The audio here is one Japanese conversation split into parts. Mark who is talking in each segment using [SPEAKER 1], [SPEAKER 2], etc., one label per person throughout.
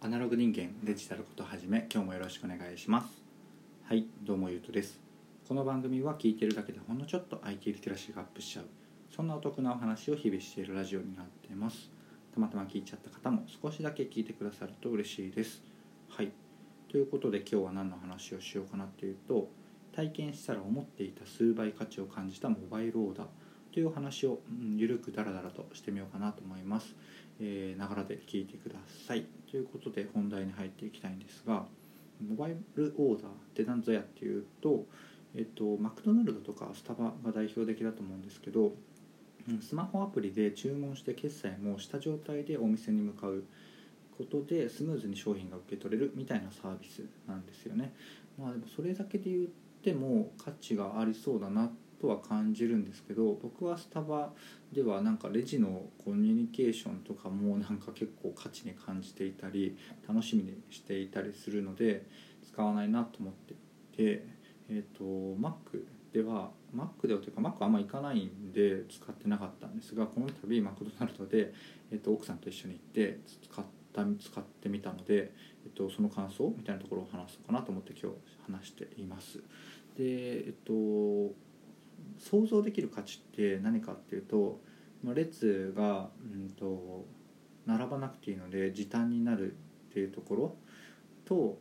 [SPEAKER 1] アナログ人間デジタルことはじめ、今日もよろしくお願いします。はい、どうもゆうとです。この番組は聞いてるだけでほんのちょっと IT リテラシーがアップしちゃう、そんなお得なお話を日々しているラジオになっています。たまたま聞いちゃった方も少しだけ聞いてくださると嬉しいです。はい、ということで今日は何の話をしようかなっていうと、体験したら思っていた数倍価値を感じたモバイルオーダーというお話をゆるくダラダラとしてみようかなと思います。ながらで聞いてください。ということで本題に入っていきたいんですが、モバイルオーダーって何ぞやっていうと、マクドナルドとかスタバが代表的だと思うんですけど、スマホアプリで注文して決済もした状態でお店に向かうことでスムーズに商品が受け取れるみたいなサービスなんですよね。でもそれだけで言っても価値がありそうだなとは感じるんですけど、僕はスタバではなんかレジのコミュニケーションとかもなんか結構価値に感じていたり楽しみにしていたりするので使わないなと思っていて、Mac ではというか Mac あんま行かないんで使ってなかったんですが、この度マクドナルドで、奥さんと一緒に行って使ってみたので、その感想みたいなところを話そうかなと思って今日話しています。で、想像できる価値って何かっていうと、列が、並ばなくていいので時短になるっていうところと、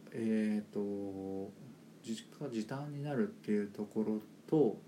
[SPEAKER 1] 時短になるっていうところと、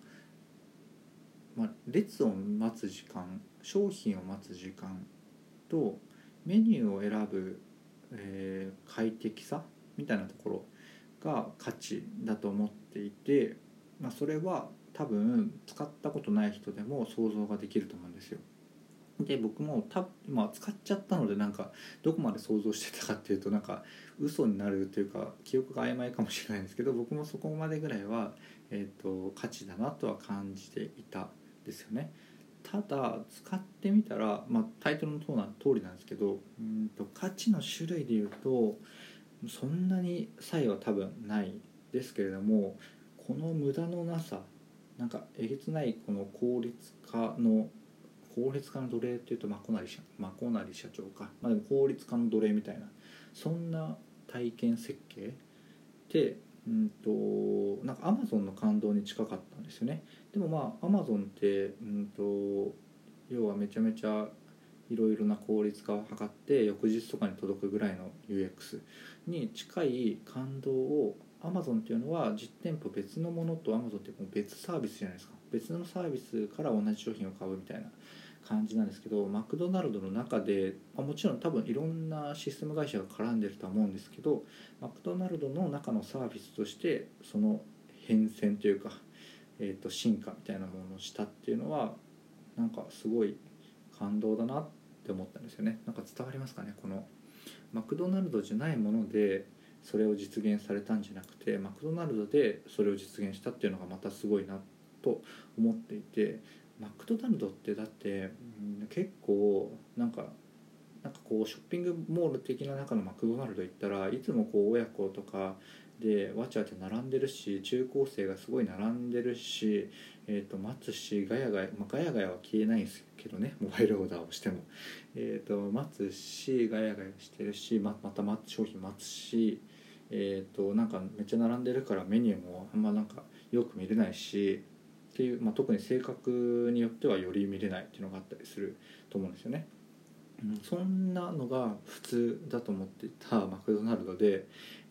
[SPEAKER 1] 列を待つ時間、商品を待つ時間とメニューを選ぶ、快適さみたいなところが価値だと思っていて、それは多分使ったことない人でも想像ができると思うんですよ。で僕も今使っちゃったのでなんかどこまで想像してたかっていうとなんか嘘になるというか記憶が曖昧かもしれないんですけど、僕もそこまでぐらいは、価値だなとは感じていたんですよね。ただ使ってみたら、タイトルの通りなんですけど、価値の種類でいうとそんなに差異は多分ないですけれども、この無駄のなさ、なんかえげつないこの効率化の奴隷っていうとマコナリ社長か、でも効率化の奴隷みたいなそんな体験設計ってなんか Amazon の感動に近かったんですよね。でもAmazon って要はめちゃめちゃいろいろな効率化を図って翌日とかに届くぐらいの UX に近い感動を Amazon っていうのは実店舗別のものと Amazon ってもう別サービスじゃないですか。別のサービスから同じ商品を買うみたいな感じなんですけど、マクドナルドの中でもちろん多分いろんなシステム会社が絡んでるとは思うんですけど、マクドナルドの中のサービスとしてその変遷というか、進化みたいなものをしたっていうのはなんかすごい感動だなって思ったんですよね。なんか伝わりますかね。このマクドナルドじゃないものでそれを実現されたんじゃなくて、マクドナルドでそれを実現したっていうのがまたすごいなと思っていて、マクドナルドってだって、結構なんかこうショッピングモール的な中のマクドナルド行ったらいつもこう親子とかでわちゃわちゃ並んでるし、中高生がすごい並んでるし、待つしガヤガヤ、ガヤガヤは消えないんですけどね、モバイルオーダーをしても、待つしガヤガヤしてるし、また商品待つし、なんかめっちゃ並んでるからメニューもあんまなんかよく見れないしっていう、特に性格によってはより見れないっていうのがあったりすると思うんですよね。そんなのが普通だと思っていたマクドナルドで、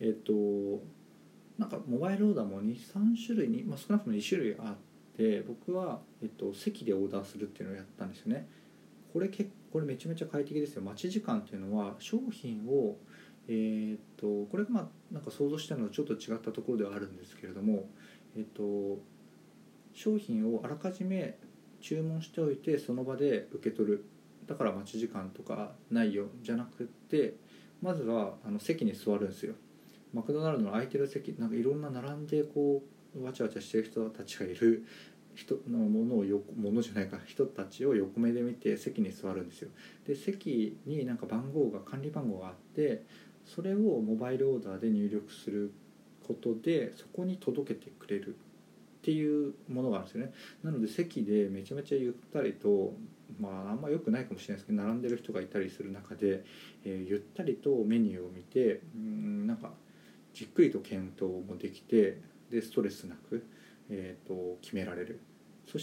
[SPEAKER 1] なんかモバイルオーダーも 2,3 種類に、少なくとも2種類あって、僕は、席でオーダーするっていうのをやったんですよね。これめちゃめちゃ快適ですよ。待ち時間っていうのは商品を、これがなんか想像したのとちょっと違ったところではあるんですけれども、商品をあらかじめ注文しておいてその場で受け取る、だから待ち時間とかないよじゃなくって、まずは席に座るんですよ。マクドナルドの空いてる席、なんかいろんな並んでこうわちゃわちゃしてる人たちがいる人たちを横目で見て席に座るんですよ。で席になんか管理番号があって、それをモバイルオーダーで入力することでそこに届けてくれるっていうものがあるんですよね。なので席でめちゃめちゃゆったりとあんま良くないかもしれないですけど並んでる人がいたりする中で、ゆったりとメニューを見てなんかじっくりと検討もできて、でストレスなく、決められる。そして、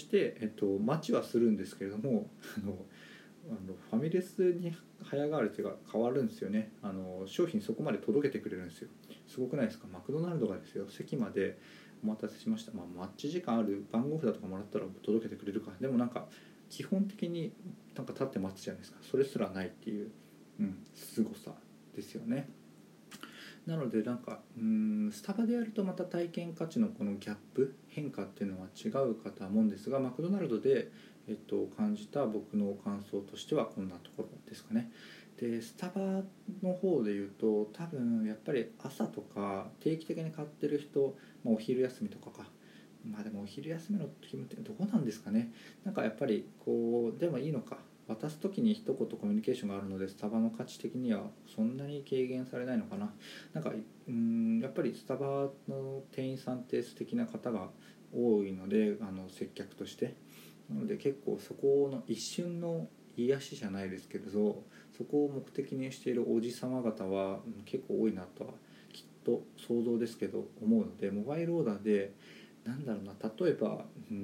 [SPEAKER 1] 待ちはするんですけれどもファミレスに早変わりというか変わるんですよね。商品そこまで届けてくれるんですよ。すごくないですか。マクドナルドがですよ、席までお待たせしました、マッチ時間ある番号札とかもらったら届けてくれるか。でもなんか基本的になんか立って待つじゃないですか。それすらないっていう、凄さですよね。なのでなんかスタバでやるとまた体験価値のこのギャップ変化っていうのは違うかとは思うんですが、マクドナルドで、感じた僕の感想としてはこんなところですかね。でスタバの方でいうと多分やっぱり朝とか定期的に買ってる人、お昼休みとかか、でもお昼休みの時ってどうなんですかね。なんかやっぱりこうでもいいのか、渡す時に一言コミュニケーションがあるのでスタバの価値的にはそんなに軽減されないのかな。なんかやっぱりスタバの店員さんって素敵な方が多いので、接客としてなので結構そこの一瞬の癒しじゃないですけれど、そこを目的にしているおじさま方は結構多いなとはきっと想像ですけど思うので、モバイルオーダーでなんだろうな、例えば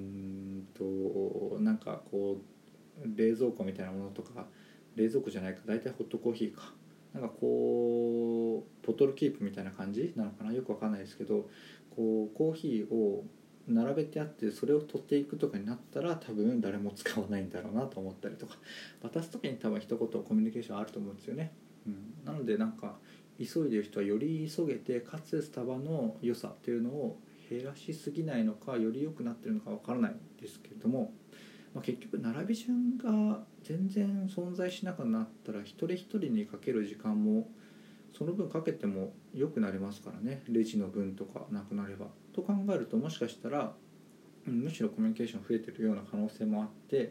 [SPEAKER 1] なんかこう冷蔵庫みたいなものとか、冷蔵庫じゃないか、大体ホットコーヒーか、なんかこうボトルキープみたいな感じなのかな、よくわかんないですけど、こうコーヒーを並べてあってそれを取っていくとかになったら多分誰も使わないんだろうなと思ったりとか、渡す時に多分一言コミュニケーションあると思うんですよね。なのでなんか急いでる人はより急げて、かつスタバの良さっていうのを減らしすぎないのか、より良くなってるのかわからないですけれども、結局並び順が全然存在しなくなったら一人一人にかける時間もその分かけても良くなりますからね。レジの分とかなくなればと考えると、もしかしたらむしろコミュニケーション増えてるような可能性もあって、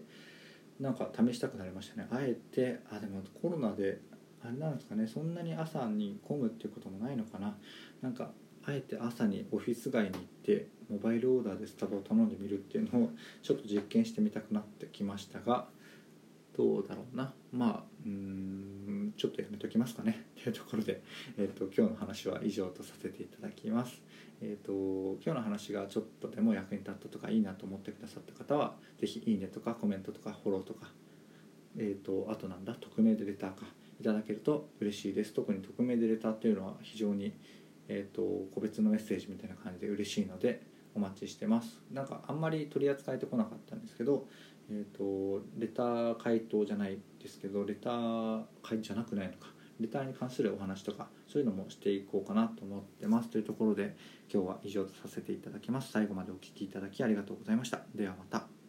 [SPEAKER 1] なんか試したくなりましたね。あえてでもコロナであれなんですかね、そんなに朝に混むっていうこともないのかな。なんかあえて朝にオフィス街に行ってモバイルオーダーでスタバを頼んでみるっていうのをちょっと実験してみたくなってきましたが、どうだろうな。ちょっとやめときますかねというところで、今日の話は以上とさせていただきます。今日の話がちょっとでも役に立ったとかいいなと思ってくださった方はぜひいいねとかコメントとかフォローとか、あと匿名でレターかいただけると嬉しいです。特に匿名でレターっていうのは非常に、個別のメッセージみたいな感じで嬉しいのでお待ちしてます。なんかあんまり取り扱えてこなかったんですけど、レター回答じゃないですけど、レター回じゃなくないのか、レターに関するお話とかそういうのもしていこうかなと思ってます。というところで今日は以上とさせていただきます。最後までお聞きいただきありがとうございました。ではまた。